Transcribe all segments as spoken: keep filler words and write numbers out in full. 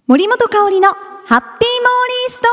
森本香里のハッピーモーリースト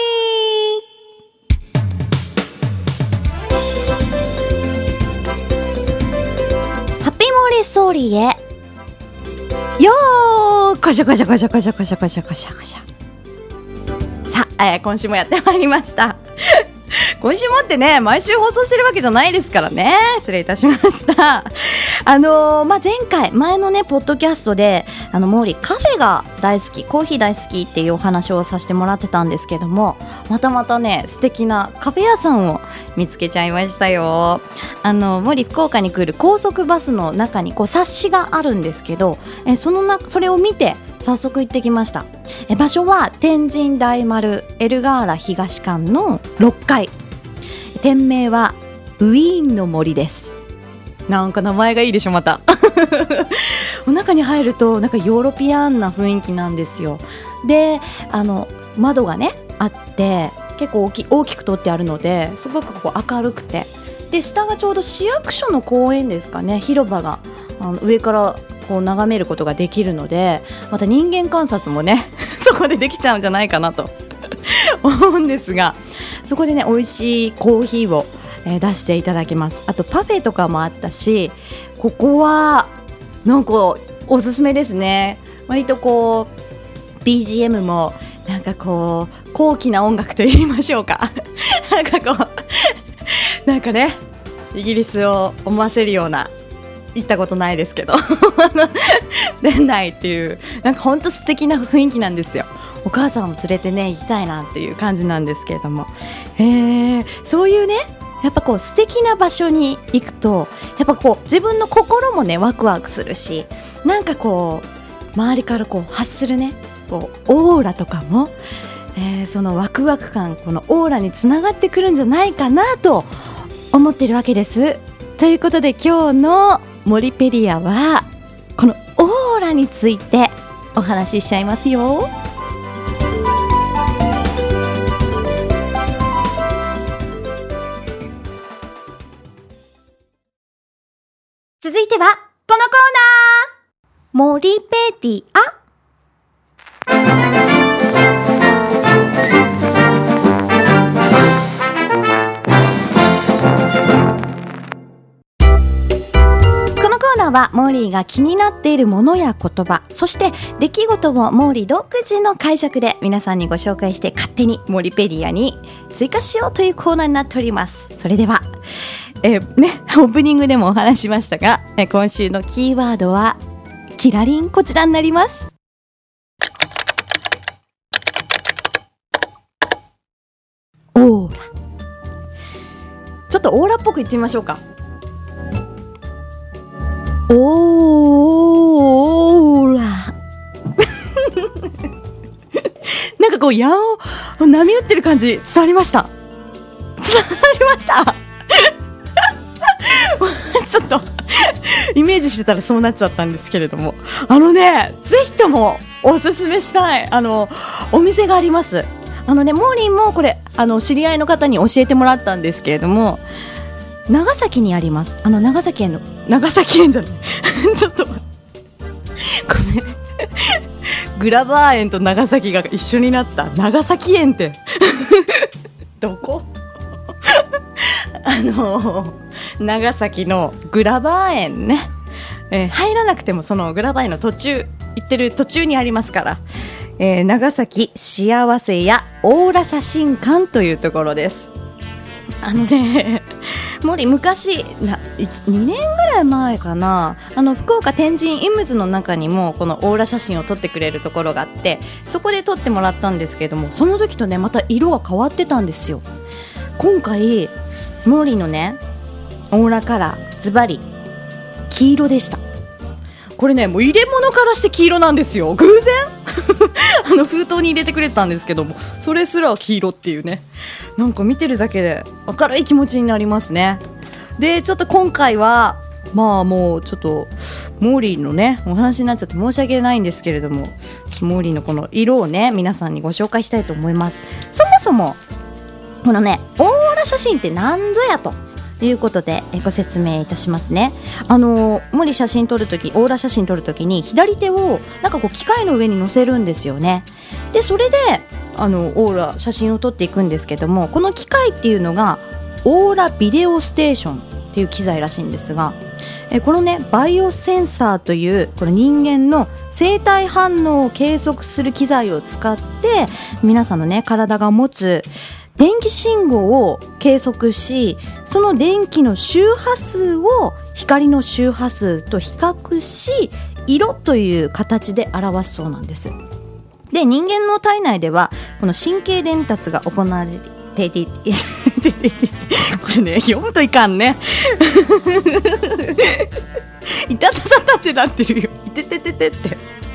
ーリー。ハッピーモーリーストーリーへよーこしょこしょこしょこしょこしょこしょこしょこしょ。さあ、えー、今週もやってまいりました今週もってね、毎週放送してるわけじゃないですからね。失礼いたしましたあのー、まあ、前回前のねポッドキャストであのモーリーカフェが大好き、コーヒー大好きっていうお話をさせてもらってたんですけども、またまたね素敵なカフェ屋さんを見つけちゃいましたよ。あのモーリー福岡に来る高速バスの中にこう冊子があるんですけど、えそのなそれを見て早速行ってきました。え場所は天神大丸エルガーラ東館のろっかい、店名はウィーンの森です。なんか名前がいいでしょ。またお中に入るとなんかヨーロピアンな雰囲気なんですよ。で、あの窓がねあって結構大き、大きく取ってあるのですごくこう明るくて、で下がちょうど市役所の公園ですかね、広場があの上からこう眺めることができるので、また人間観察もねそこでできちゃうんじゃないかなと思うんですが、そこでね美味しいコーヒーを、えー、出していただけます。あとパフェとかもあったし、ここはなんかおすすめですね。割とこう ビージーエム もなんかこう高貴な音楽と言いましょうかなんかこうなんかねイギリスを思わせるような、行ったことないですけど出ないっていう、なんかほんと素敵な雰囲気なんですよ。お母さんを連れてね行きたいなっていう感じなんですけれども、へー、そういうねやっぱこう素敵な場所に行くとやっぱこう自分の心もねワクワクするし、なんかこう周りからこう発するねこうオーラとかも、えー、そのワクワク感、このオーラにつながってくるんじゃないかなと思ってるわけです。ということで今日のモリペディアはこのオーラについてお話ししちゃいますよ。続いてはこのコーナー、モリペディア。はモーリーが気になっているものや言葉、そして出来事をモーリー独自の解釈で皆さんにご紹介して勝手にモリペディアに追加しようというコーナーになっております。それでは、えー、ね、オープニングでもお話しましたが、え今週のキーワードはキラリン、こちらになります。オーラ。ちょっとオーラっぽく言ってみましょうか。オーラなんかこう矢を波打ってる感じ伝わりました。伝わりましたちょっとイメージしてたらそうなっちゃったんですけれども、あのねぜひともおすすめしたいあのお店があります。あのねモーリーもこれあの知り合いの方に教えてもらったんですけれども、長崎にあります。あの長崎園の長崎園じゃないちょっとごめんグラバー園と長崎が一緒になった長崎園ってどこあの長崎のグラバー園ね、えー、入らなくてもそのグラバー園の途中行ってる途中にありますから、えー、長崎幸せやオーラ写真館というところです。あのねモーリー昔なにねんぐらい前かな、あの福岡天神イムズの中にもこのオーラ写真を撮ってくれるところがあって、そこで撮ってもらったんですけれども、その時とねまた色が変わってたんですよ。今回モーリーのねオーラカラーズバリ黄色でした。これねもう入れ物からして黄色なんですよ。偶然あの封筒に入れてくれたんですけども、それすら黄色っていうね、なんか見てるだけで明るい気持ちになりますね。でちょっと今回はまあもうちょっとモーリーのねお話になっちゃって申し訳ないんですけれども、モーリーのこの色をね皆さんにご紹介したいと思います。そもそもこのねオーラ写真って何ぞやとということでえご説明いたしますね。あのモリ写真撮るとき、オーラ写真撮るときに左手をなんかこう機械の上に乗せるんですよね。でそれであのオーラ写真を撮っていくんですけども、この機械っていうのがオーラビデオステーションっていう機材らしいんですが、えこのねバイオセンサーというこの人間の生体反応を計測する機材を使って皆さんのね体が持つ電気信号を計測し、その電気の周波数を光の周波数と比較し、色という形で表すそうなんです。で人間の体内ではこの神経伝達が行われていてこれね読むといかんねいたたたたってなってるよ。いててててって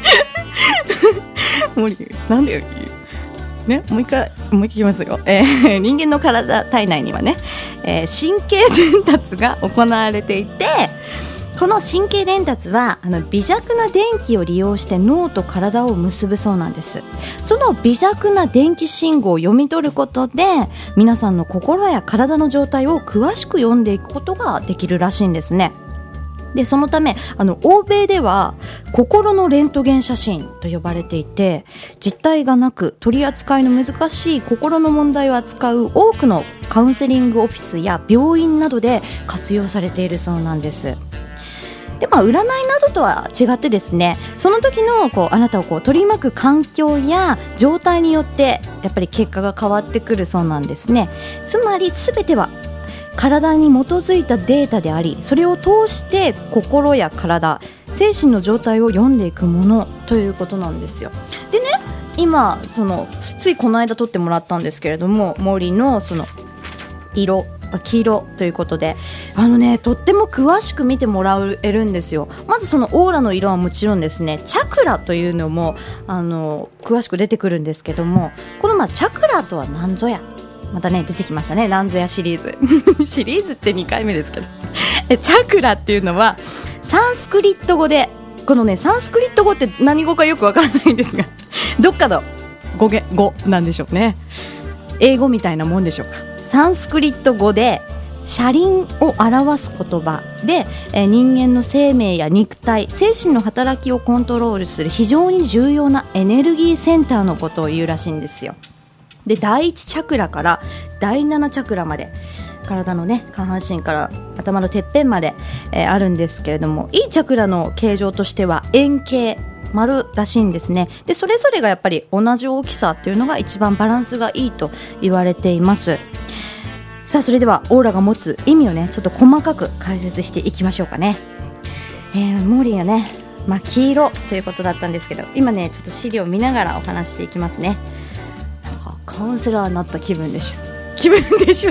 もうなんでよね、もう一回もう一回言いますよ、えー、人間の体体内にはね、えー、神経伝達が行われていて、この神経伝達はあの微弱な電気を利用して脳と体を結ぶそうなんです。その微弱な電気信号を読み取ることで皆さんの心や体の状態を詳しく読んでいくことができるらしいんですね。でそのためあの欧米では心のレントゲン写真と呼ばれていて、実体がなく取り扱いの難しい心の問題を扱う多くのカウンセリングオフィスや病院などで活用されているそうなんです。でまあ、占いなどとは違ってですね、その時のこうあなたをこう取り巻く環境や状態によってやっぱり結果が変わってくるそうなんですね。つまり全ては体に基づいたデータであり、それを通して心や体、精神の状態を読んでいくものということなんですよ。でね、今そのついこの間撮ってもらったんですけれども、森のその色黄色ということで、あのねとっても詳しく見てもらえるんですよ。まずそのオーラの色はもちろんですね、チャクラというのもあの詳しく出てくるんですけども、このまずチャクラとは何ぞや、またね出てきましたね、ランゾヤシリーズシリーズってにかいめですけどチャクラっていうのはサンスクリット語で、このねサンスクリット語って何語かよくわからないんですがどっかの語源語なんでしょうね。英語みたいなもんでしょうか。サンスクリット語で車輪を表す言葉で、えー、人間の生命や肉体、精神の働きをコントロールする非常に重要なエネルギーセンターのことを言うらしいんですよ。でだいいちチャクラからだいななチャクラまで、体のね下半身から頭のてっぺんまで、えー、あるんですけれども、いいチャクラの形状としては円形、丸らしいんですね。でそれぞれがやっぱり同じ大きさっていうのが一番バランスがいいと言われています。さあそれではオーラが持つ意味をねちょっと細かく解説していきましょうかね。えー、モーリーはね、まあ、黄色ということだったんですけど、今ねちょっと資料を見ながらお話していきますね。なんかカウンセラーになった気分です気分でしょ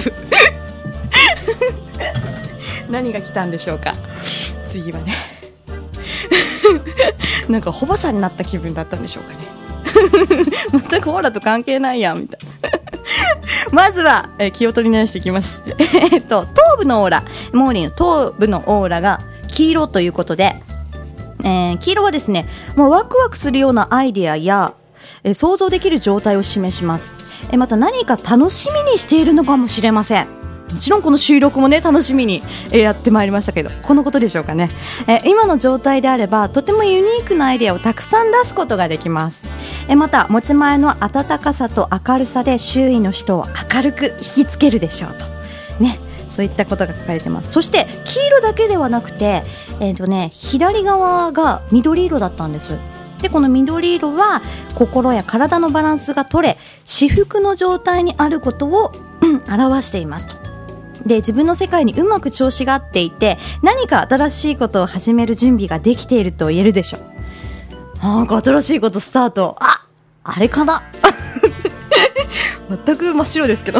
何が来たんでしょうか。次はねなんか保母さんになった気分だったんでしょうかね全くオーラと関係ないやんみたいなまずは、えー、気を取り直していきますえっと頭部のオーラ、モーリーの頭部のオーラが黄色ということで、えー、黄色はですね、もうワクワクするようなアイデアや、えー、想像できる状態を示します。えー、また何か楽しみにしているのかもしれません。もちろんこの収録もね楽しみに、えー、やってまいりましたけど、このことでしょうかね。えー、今の状態であればとてもユニークなアイデアをたくさん出すことができます。えー、また持ち前の温かさと明るさで周囲の人を明るく引きつけるでしょうとね、そういったことが書かれてます。そして黄色だけではなくて、えーとね、左側が緑色だったんです。でこの緑色は心や体のバランスが取れ至福の状態にあることを表していますと。で自分の世界にうまく調子が合っていて、何か新しいことを始める準備ができていると言えるでしょう。なんか新しいことスタート、あ、あれかな全く真っ白ですけど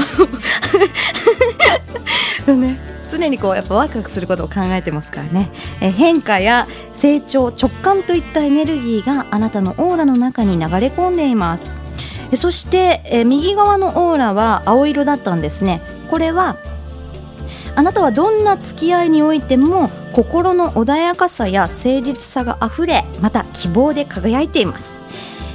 ね、常にこうやっぱワクワクすることを考えてますからね。え変化や成長、直感といったエネルギーがあなたのオーラの中に流れ込んでいます。えそしてえ右側のオーラは青色だったんですね。これはあなたはどんな付き合いにおいても心の穏やかさや誠実さがあふれ、また希望で輝いています。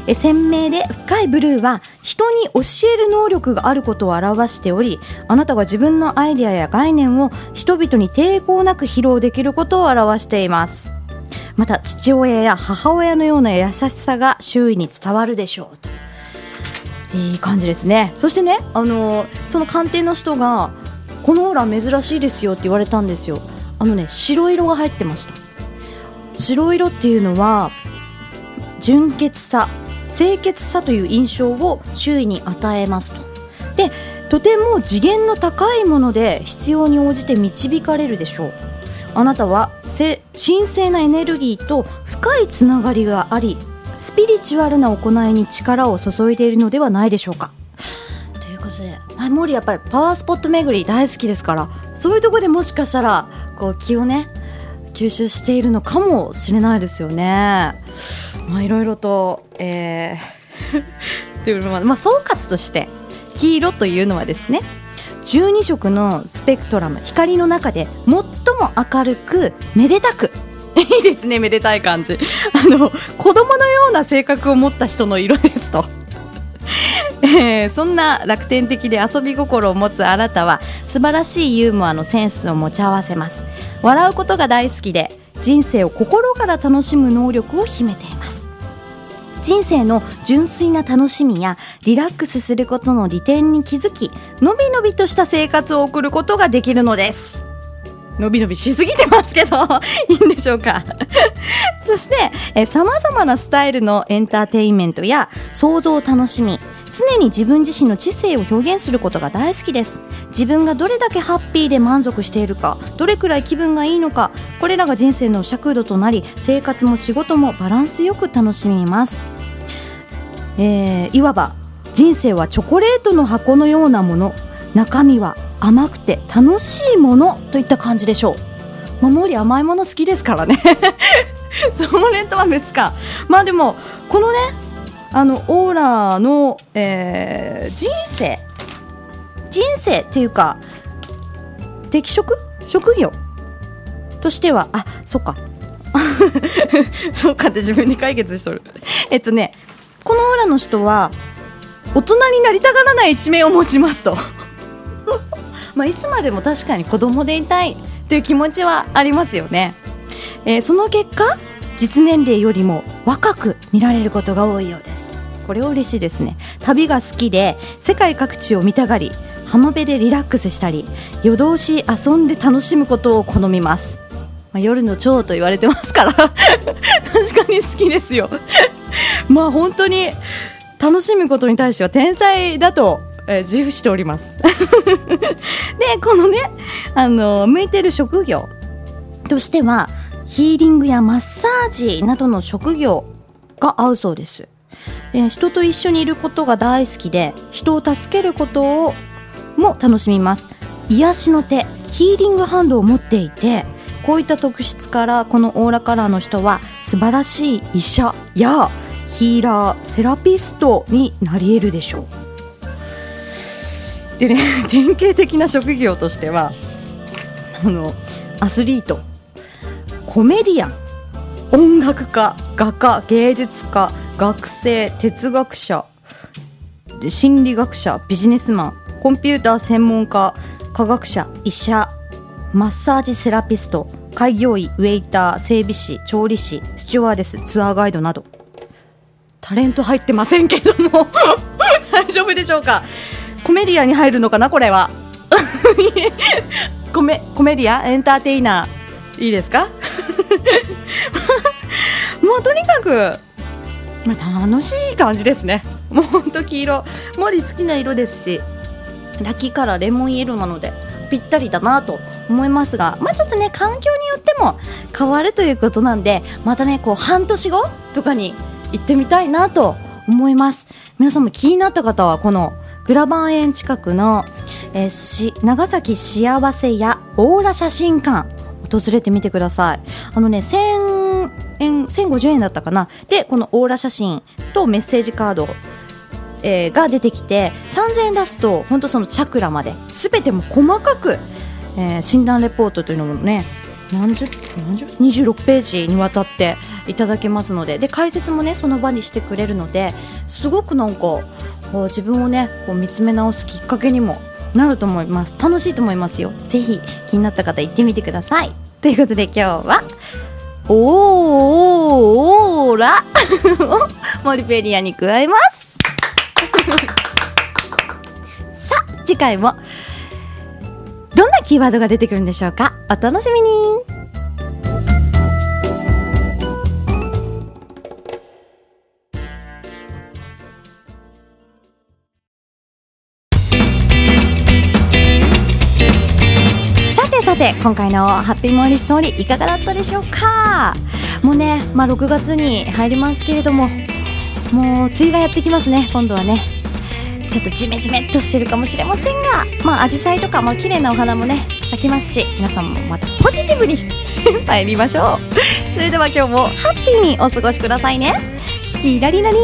え鮮明で深いブルーは人に教える能力があることを表しており、あなたが自分のアイデアや概念を人々に抵抗なく披露できることを表しています。また父親や母親のような優しさが周囲に伝わるでしょうと。いい感じですね。そしてね、あのー、その鑑定の人がこのオーラ珍しいですよって言われたんですよ。あのね、白色が入ってました。白色っていうのは純潔さ、清潔さという印象を周囲に与えますと。で、とても次元の高いもので必要に応じて導かれるでしょう。あなたは神聖なエネルギーと深いつながりがあり、スピリチュアルな行いに力を注いでいるのではないでしょうか。ということで、モーリーやっぱりパワースポット巡り大好きですから、そういうところでもしかしたらこう気をね吸収しているのかもしれないですよね。まあいろいろと、えー、というまあ、まあ、総括として黄色というのはですね、じゅうに色のスペクトラム、光の中で最も明るくめでたくいいですね、めでたい感じ。あの子供のような性格を持った人の色ですと、えー、そんな楽天的で遊び心を持つあなたは素晴らしいユーモアのセンスを持ち合わせます。笑うことが大好きで人生を心から楽しむ能力を秘めています。人生の純粋な楽しみやリラックスすることの利点に気づき、のびのびとした生活を送ることができるのです。のびのびしすぎてますけどいいんでしょうかそしてさまざまなスタイルのエンターテインメントや想像を楽しみ、常に自分自身の知性を表現することが大好きです。自分がどれだけハッピーで満足しているか、どれくらい気分がいいのか、これらが人生の尺度となり、生活も仕事もバランスよく楽しみます。えー、いわば人生はチョコレートの箱のようなもの、中身は甘くて楽しいものといった感じでしょう。まあ、モーリー甘いもの好きですからねそれとは別か。まあでもこのね、あのオーラの、えー、人生人生っていうか適職職業としては、あ、そっかそうかって自分で解決しとるえっとねこのオーラの人は大人になりたがらない一面を持ちますとまあいつまでも確かに子供でいたいという気持ちはありますよね。えー、その結果実年齢よりも若く見られることが多いようです。これは嬉しいですね。旅が好きで世界各地を見たがり、浜辺でリラックスしたり、夜通し遊んで楽しむことを好みます。まあ、夜の蝶と言われてますから確かに好きですよまあ本当に楽しむことに対しては天才だと、えー、自負しておりますでこのね、あの向いてる職業としてはヒーリングやマッサージなどの職業が合うそうです。えー、人と一緒にいることが大好きで、人を助けることをも楽しみます。癒しの手、ヒーリングハンドを持っていて、こういった特質からこのオーラカラーの人は素晴らしい医者やヒーラー、セラピストになり得るでしょう。でね、典型的な職業としてはあのアスリート、コメディアン、音楽家、画家、芸術家、学生、哲学者、心理学者、ビジネスマン、コンピューター専門家、科学者、医者、マッサージセラピスト、開業医、ウェイター、整備士、調理師、スチュワーデス、ツアーガイドなど。タレント入ってませんけども大丈夫でしょうか。コメディアンに入るのかなこれはコメ、コメディアン、エンターテイナーいいですかもうとにかく楽しい感じですね。もうほんと黄色、モリ好きな色ですし、ラッキーカラーレモンイエローなのでぴったりだなと思いますが、まあちょっとね環境によっても変わるということなんで、またねこう半年後とかに行ってみたいなと思います。皆さんも気になった方はこのグラバン園近くの、えー、し長崎幸せやオーラ写真館訪れてみてください。あのねせんえんせんごじゅうえんだったかな。でこのオーラ写真とメッセージカード、えー、が出てきてさんぜんえん出すと本当そのチャクラまで全ても細かく、えー、診断レポートというのもね何十何十にじゅうろくページにわたっていただけますので、で解説もねその場にしてくれるので、すごくなんかこう自分をねこう見つめ直すきっかけにもなると思います。楽しいと思いますよ。ぜひ気になった方行ってみてください。ということで今日はおーおーおーらをモリペディアに加えますさあ次回もどんなキーワードが出てくるんでしょうか。お楽しみに。さて今回のハッピーモーリーストーリーいかがだったでしょうか。もうね、まあ、ろくがつに入りますけれども、もう梅雨がやってきますね。今度はねちょっとジメジメっとしてるかもしれませんが、まあアジサイとか、まあ綺麗なお花もね咲きますし、皆さんもまたポジティブに参りましょう。それでは今日もハッピーにお過ごしくださいね。キラリラリ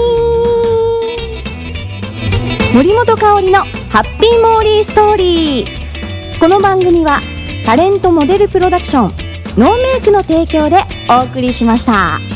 ー森本香織のハッピーモーリーストーリー。この番組はタレントモデルプロダクションノーメイクの提供でお送りしました。